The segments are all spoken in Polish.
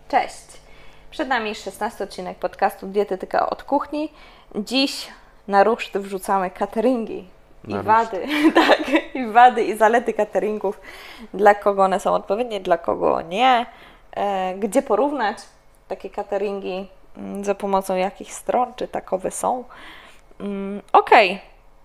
Cześć! Przed nami 16 odcinek podcastu Dietetyka od kuchni. Dziś na ruszt wrzucamy cateringi i wady, tak, i wady i zalety cateringów, dla kogo one są odpowiednie, dla kogo nie, gdzie porównać takie cateringi, za pomocą jakich stron, czy takowe są. Okej.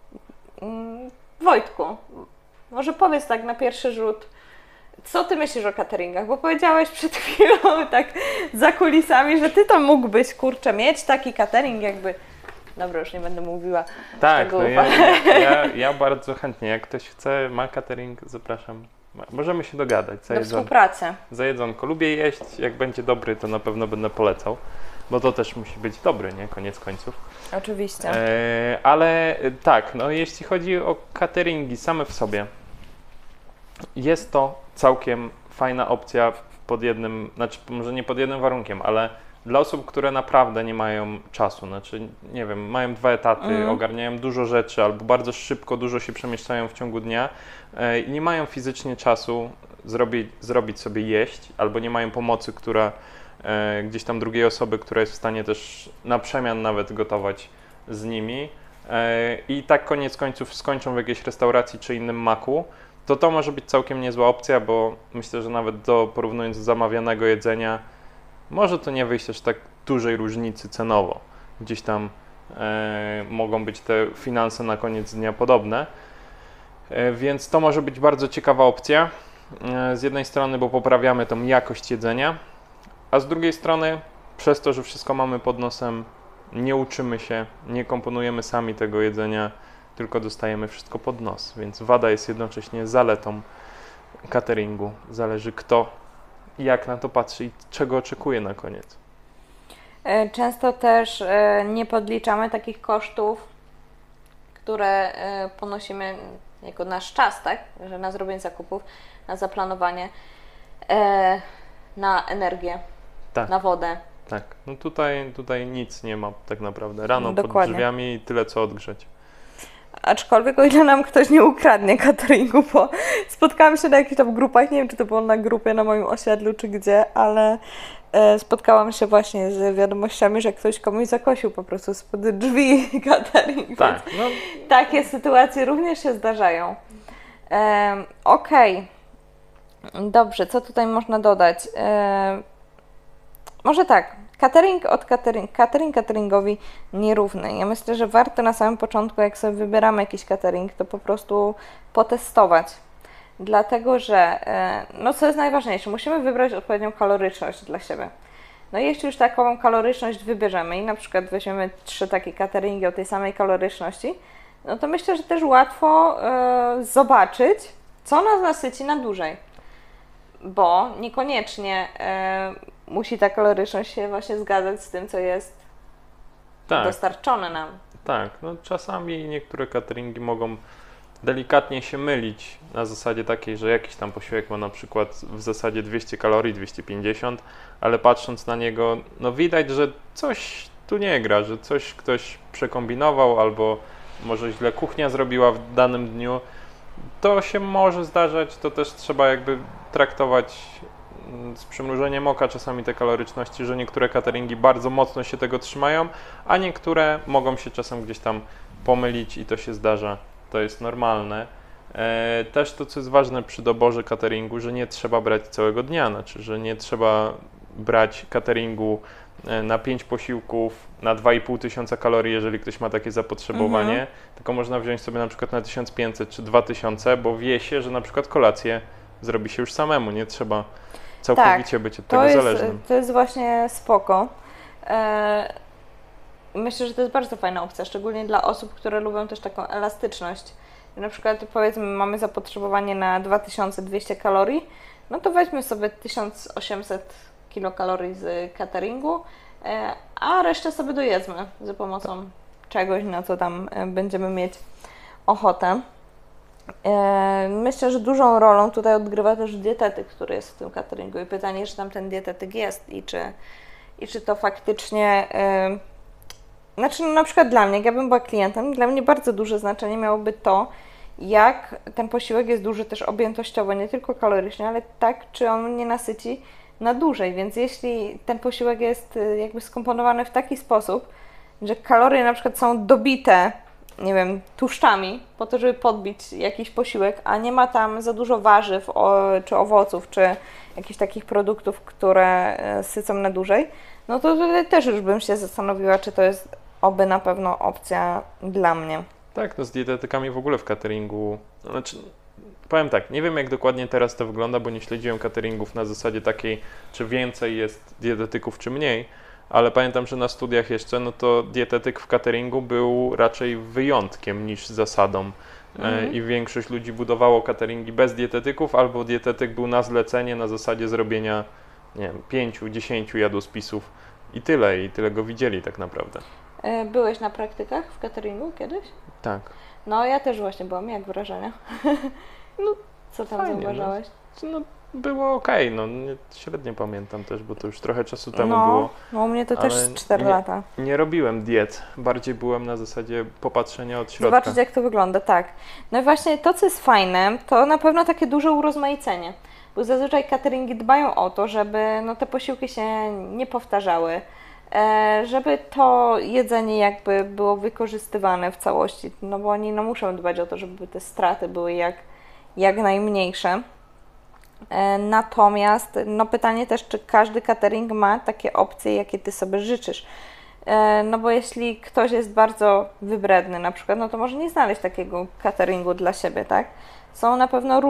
Wojtku, może powiedz tak na pierwszy rzut, co ty myślisz o cateringach? Bo powiedziałeś przed chwilą tak za kulisami, że ty to mógłbyś, kurczę, mieć taki catering jakby... Dobra, już nie będę mówiła. Tak, no ja bardzo chętnie. Jak ktoś chce, ma catering, zapraszam. Możemy się dogadać. Do współpracy. Za jedzonko. Lubię jeść, jak będzie dobry, to na pewno będę polecał. Bo to też musi być dobry, nie? Koniec końców. Oczywiście. Ale tak, no jeśli chodzi o cateringi same w sobie, jest to całkiem fajna opcja pod jednym, znaczy może nie pod jednym warunkiem, ale dla osób, które naprawdę nie mają czasu, znaczy nie wiem, mają 2 etaty, ogarniają dużo rzeczy albo bardzo szybko dużo się przemieszczają w ciągu dnia i nie mają fizycznie czasu zrobić sobie jeść albo nie mają pomocy, która gdzieś tam drugiej osoby, która jest w stanie też na przemian nawet gotować z nimi i tak koniec końców skończą w jakiejś restauracji czy innym maku, to może być całkiem niezła opcja, bo myślę, że nawet porównując do zamawianego jedzenia, może to nie wyjść aż tak dużej różnicy cenowo. Gdzieś tam mogą być te finanse na koniec dnia podobne, więc to może być bardzo ciekawa opcja. Z jednej strony, bo poprawiamy tą jakość jedzenia, a z drugiej strony, przez to, że wszystko mamy pod nosem, nie uczymy się, nie komponujemy sami tego jedzenia, tylko dostajemy wszystko pod nos, więc wada jest jednocześnie zaletą cateringu. Zależy kto, jak na to patrzy i czego oczekuje na koniec. Często też nie podliczamy takich kosztów, które ponosimy jako nasz czas, tak? Że na zrobienie zakupów, na zaplanowanie, na energię, tak, na wodę. Tak, no tutaj nic nie ma tak naprawdę. Rano Dokładnie. Pod drzwiami i tyle co odgrzeć. Aczkolwiek o ile nam ktoś nie ukradnie cateringu, bo spotkałam się na jakichś tam grupach, nie wiem czy to było na grupie na moim osiedlu czy gdzie, ale spotkałam się właśnie z wiadomościami, że ktoś komuś zakosił po prostu spod drzwi catering. Tak, no. Takie sytuacje również się zdarzają. Okej. Dobrze, co tutaj można dodać? Może tak. Catering cateringowi nierówny. Ja myślę, że warto na samym początku, jak sobie wybieramy jakiś catering, to po prostu potestować. Dlatego, że, no co jest najważniejsze, musimy wybrać odpowiednią kaloryczność dla siebie. No i jeśli już taką kaloryczność wybierzemy i na przykład weźmiemy 3 takie cateringi o tej samej kaloryczności, no to myślę, że też łatwo zobaczyć, co nas nasyci na dłużej. Bo niekoniecznie musi ta kaloryczność się właśnie zgadzać z tym, co jest dostarczone nam. Tak, no czasami niektóre cateringi mogą delikatnie się mylić na zasadzie takiej, że jakiś tam posiłek ma na przykład w zasadzie 200 kalorii, 250, ale patrząc na niego, no widać, że coś tu nie gra, że coś ktoś przekombinował albo może źle kuchnia zrobiła w danym dniu. To się może zdarzać, to też trzeba jakby traktować z przymrużeniem oka czasami te kaloryczności, że niektóre cateringi bardzo mocno się tego trzymają, a niektóre mogą się czasem gdzieś tam pomylić i to się zdarza, to jest normalne. Też to, co jest ważne przy doborze cateringu, że nie trzeba brać całego dnia, znaczy, że nie trzeba brać cateringu na 5 posiłków, na 2500 kalorii, jeżeli ktoś ma takie zapotrzebowanie, tylko można wziąć sobie na przykład na 1500 czy 2000, bo wie się, że na przykład kolację zrobi się już samemu, nie trzeba całkowicie być od tego zależnym. To jest właśnie spoko. Myślę, że to jest bardzo fajna opcja, szczególnie dla osób, które lubią też taką elastyczność. Na przykład powiedzmy mamy zapotrzebowanie na 2200 kalorii, no to weźmy sobie 1800 kilokalorii z cateringu, a resztę sobie dojedzmy za pomocą czegoś, na co tam będziemy mieć ochotę. Myślę, że dużą rolą tutaj odgrywa też dietetyk, który jest w tym cateringu i pytanie, czy tam ten dietetyk jest i czy to faktycznie, znaczy no, na przykład dla mnie, jak ja bym była klientem, dla mnie bardzo duże znaczenie miałoby to, jak ten posiłek jest duży też objętościowo, nie tylko kalorycznie, ale tak, czy on mnie nasyci na dłużej, więc jeśli ten posiłek jest jakby skomponowany w taki sposób, że kalorie na przykład są dobite, nie wiem, tłuszczami, po to, żeby podbić jakiś posiłek, a nie ma tam za dużo warzyw, czy owoców, czy jakichś takich produktów, które sycą na dłużej, no to tutaj też już bym się zastanowiła, czy to jest oby na pewno opcja dla mnie. Tak, no z dietetykami w ogóle w cateringu, znaczy powiem tak, nie wiem jak dokładnie teraz to wygląda, bo nie śledziłem cateringów na zasadzie takiej, czy więcej jest dietetyków, czy mniej, ale pamiętam, że na studiach jeszcze, no to dietetyk w cateringu był raczej wyjątkiem niż zasadą. I większość ludzi budowało cateringi bez dietetyków, albo dietetyk był na zlecenie na zasadzie zrobienia, nie wiem, 5-10 jadłospisów i tyle go widzieli tak naprawdę. Byłeś na praktykach w cateringu kiedyś? Tak. No ja też właśnie byłam, jak wrażenia? No, co tam Fajnie, zauważałeś? No było okej, no średnio pamiętam też, bo to już trochę czasu temu było. No u mnie to też 4 lata. Nie robiłem diet, bardziej byłem na zasadzie popatrzenia od środka. Zobaczyć jak to wygląda, tak. No i właśnie to, co jest fajne, to na pewno takie duże urozmaicenie, bo zazwyczaj cateringi dbają o to, żeby te posiłki się nie powtarzały, żeby to jedzenie jakby było wykorzystywane w całości, no bo oni muszą dbać o to, żeby te straty były jak najmniejsze. Natomiast pytanie też, czy każdy catering ma takie opcje, jakie Ty sobie życzysz. No bo jeśli ktoś jest bardzo wybredny na przykład, no to może nie znaleźć takiego cateringu dla siebie, tak? Są na pewno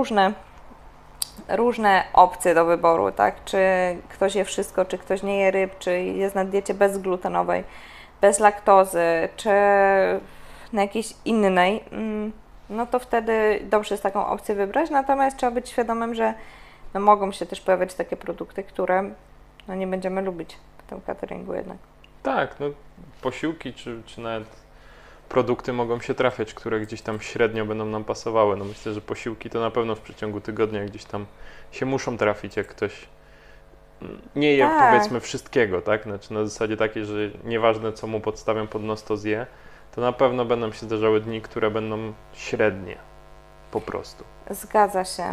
różne opcje do wyboru, tak? Czy ktoś je wszystko, czy ktoś nie je ryb, czy jest na diecie bezglutenowej, bez laktozy, czy na jakiejś innej, no to wtedy dobrze jest taką opcję wybrać, natomiast trzeba być świadomym, że mogą się też pojawiać takie produkty, które nie będziemy lubić w tym cateringu jednak. Tak, posiłki czy nawet produkty mogą się trafiać, które gdzieś tam średnio będą nam pasowały. No myślę, że posiłki to na pewno w przeciągu tygodnia gdzieś tam się muszą trafić, jak ktoś nie je powiedzmy wszystkiego, tak? Znaczy na zasadzie takiej, że nieważne co mu podstawiam pod nos, to zje, to na pewno będą się zdarzały dni, które będą średnie po prostu. Zgadza się.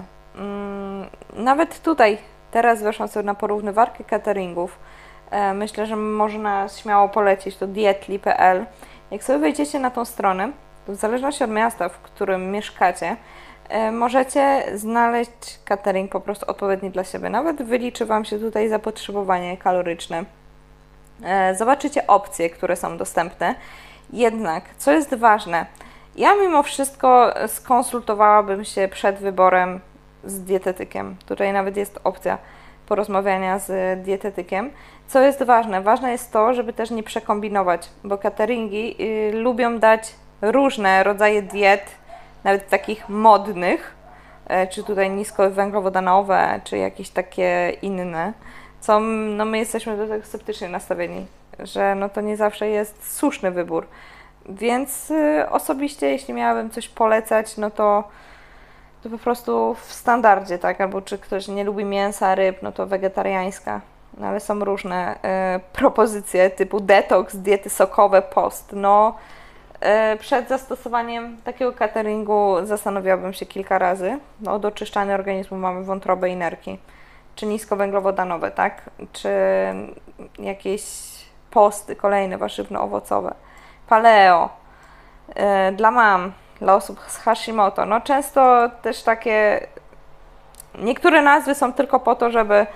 Nawet tutaj teraz weszłam sobie na porównywarkę cateringów. Myślę, że można śmiało polecić to dietli.pl. Jak sobie wejdziecie na tą stronę, to w zależności od miasta, w którym mieszkacie, możecie znaleźć catering po prostu odpowiedni dla siebie. Nawet wyliczy Wam się tutaj zapotrzebowanie kaloryczne. Zobaczycie opcje, które są dostępne. Jednak, co jest ważne, ja mimo wszystko skonsultowałabym się przed wyborem z dietetykiem. Tutaj nawet jest opcja porozmawiania z dietetykiem. Co jest ważne? Ważne jest to, żeby też nie przekombinować, bo cateringi lubią dać różne rodzaje diet, nawet takich modnych, czy tutaj niskowęglowodanowe, czy jakieś takie inne, co my jesteśmy do tego sceptycznie nastawieni, że to nie zawsze jest słuszny wybór. Więc osobiście, jeśli miałabym coś polecać, to po prostu w standardzie, tak? Albo czy ktoś nie lubi mięsa, ryb, to wegetariańska. No ale są różne propozycje typu detoks, diety sokowe, post. Przed zastosowaniem takiego cateringu zastanawiałabym się kilka razy. Do oczyszczania organizmu mamy wątrobę i nerki. Czy niskowęglowodanowe, tak? Czy jakieś posty kolejne, warzywno-owocowe. Paleo, dla mam, dla osób z Hashimoto. Często też takie, niektóre nazwy są tylko po to, żeby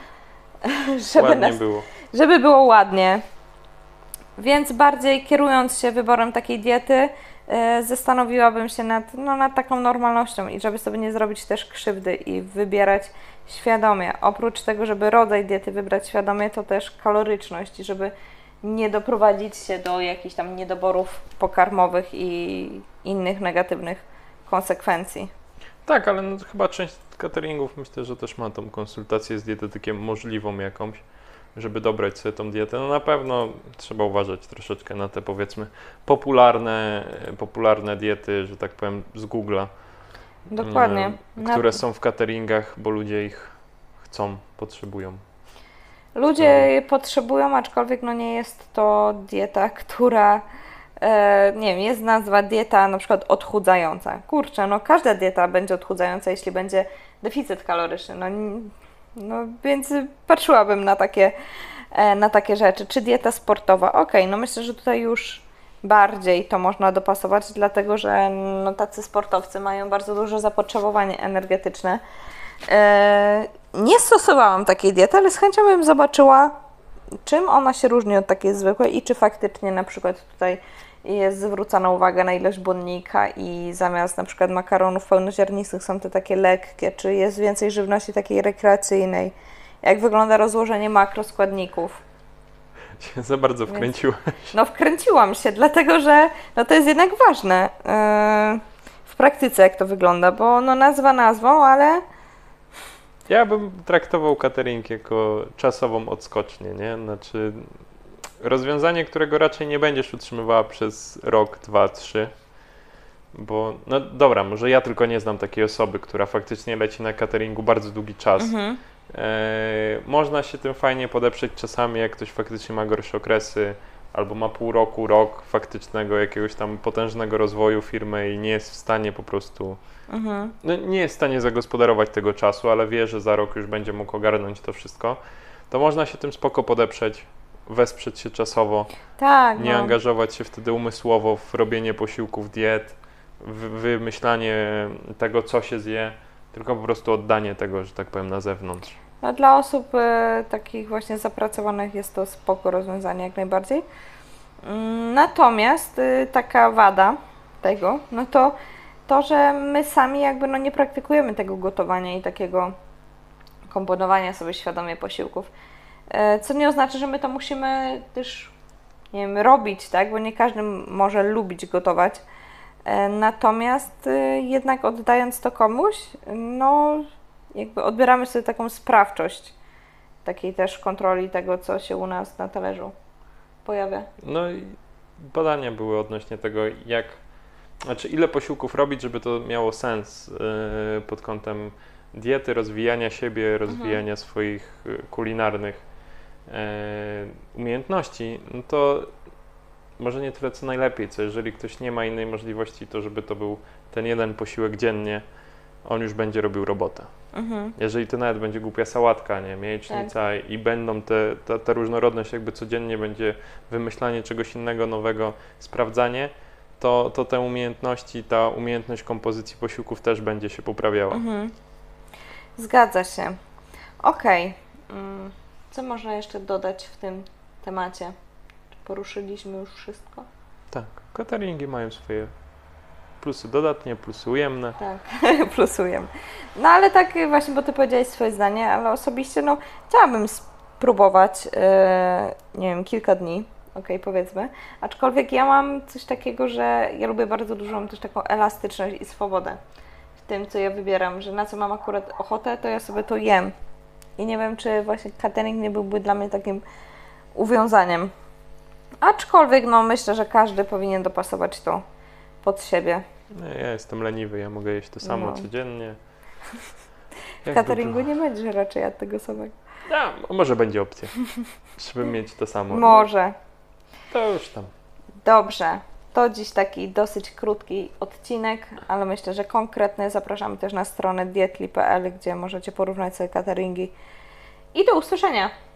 żeby było ładnie. Więc bardziej kierując się wyborem takiej diety, zastanowiłabym się nad taką normalnością i żeby sobie nie zrobić też krzywdy i wybierać świadomie. Oprócz tego, żeby rodzaj diety wybrać świadomie, to też kaloryczność i żeby nie doprowadzić się do jakichś tam niedoborów pokarmowych i innych negatywnych konsekwencji. Tak, ale chyba część cateringów myślę, że też ma tą konsultację z dietetykiem możliwą jakąś, żeby dobrać sobie tą dietę. Na pewno trzeba uważać troszeczkę na te powiedzmy popularne diety, że tak powiem z Google'a. Dokładnie. Które są w cateringach, bo ludzie ich chcą, potrzebują. Ludzie je potrzebują, aczkolwiek nie jest to dieta, która, nie wiem, jest nazwa dieta na przykład odchudzająca. Kurczę, każda dieta będzie odchudzająca, jeśli będzie deficyt kaloryczny. No więc patrzyłabym na takie rzeczy. Czy dieta sportowa? Okej, no myślę, że tutaj już bardziej to można dopasować, dlatego że no, tacy sportowcy mają bardzo duże zapotrzebowanie energetyczne. Nie stosowałam takiej diety, ale z chęcią bym zobaczyła, czym ona się różni od takiej zwykłej i czy faktycznie na przykład tutaj jest zwrócona uwaga na ilość błonnika i zamiast na przykład makaronów pełnoziarnistych są te takie lekkie, czy jest więcej żywności takiej rekreacyjnej. Jak wygląda rozłożenie makroskładników? Się za bardzo wkręciłaś. No wkręciłam się, dlatego że no, to jest jednak ważne w praktyce, jak to wygląda, bo no nazwa nazwą, ale Ja bym traktował catering jako czasową odskocznię, nie? Znaczy rozwiązanie, którego raczej nie będziesz utrzymywała przez rok, 2, 3. Bo, no dobra, może ja tylko nie znam takiej osoby, która faktycznie leci na cateringu bardzo długi czas. Można się tym fajnie podeprzeć czasami, jak ktoś faktycznie ma gorsze okresy, albo ma pół roku, rok faktycznego jakiegoś tam potężnego rozwoju firmy i nie jest w stanie po prostu, no nie jest w stanie zagospodarować tego czasu, ale wie, że za rok już będzie mógł ogarnąć to wszystko, to można się tym spoko podeprzeć, wesprzeć się czasowo, tak, nie angażować się wtedy umysłowo w robienie posiłków, diet, wymyślanie tego, co się zje, tylko po prostu oddanie tego, że tak powiem, na zewnątrz. No, dla osób takich właśnie zapracowanych jest to spoko rozwiązanie jak najbardziej. Natomiast taka wada tego, no to, że my sami jakby no nie praktykujemy tego gotowania i takiego komponowania sobie świadomie posiłków. Co nie oznacza, że my to musimy też, nie wiem, robić, tak? Bo nie każdy może lubić gotować. Natomiast jednak oddając to komuś, no jakby odbieramy sobie taką sprawczość takiej też kontroli tego, co się u nas na talerzu pojawia. No i badania były odnośnie tego, znaczy ile posiłków robić, żeby to miało sens pod kątem diety, rozwijania siebie, rozwijania swoich kulinarnych umiejętności, no to może nie tyle co najlepiej, co jeżeli ktoś nie ma innej możliwości, to żeby to był ten jeden posiłek dziennie, on już będzie robił robotę. Jeżeli to nawet będzie głupia sałatka, nie, jajecznica i będą ta różnorodność jakby codziennie będzie wymyślanie czegoś innego, nowego, sprawdzanie, to te umiejętności, ta umiejętność kompozycji posiłków też będzie się poprawiała. Zgadza się. Okej. Co można jeszcze dodać w tym temacie? Czy poruszyliśmy już wszystko? Tak, cateringi mają swoje plusy dodatnie, plusy ujemne. Tak, plusujemy. No ale tak właśnie, bo Ty powiedziałeś swoje zdanie, ale osobiście no chciałabym spróbować, nie wiem, kilka dni, powiedzmy. Aczkolwiek ja mam coś takiego, że ja lubię bardzo dużą też taką elastyczność i swobodę w tym, co ja wybieram, że na co mam akurat ochotę, to ja sobie to jem. I nie wiem, czy właśnie catering nie byłby dla mnie takim uwiązaniem. Aczkolwiek no myślę, że każdy powinien dopasować to pod siebie. Nie, ja jestem leniwy, ja mogę jeść to samo codziennie. W cateringu nie będziesz raczej jadł tego samego. No, może będzie opcja, żeby mieć to samo. Może. To już tam. Dobrze. To dziś taki dosyć krótki odcinek, ale myślę, że konkretny. Zapraszamy też na stronę dietli.pl, gdzie możecie porównać sobie cateringi. I do usłyszenia!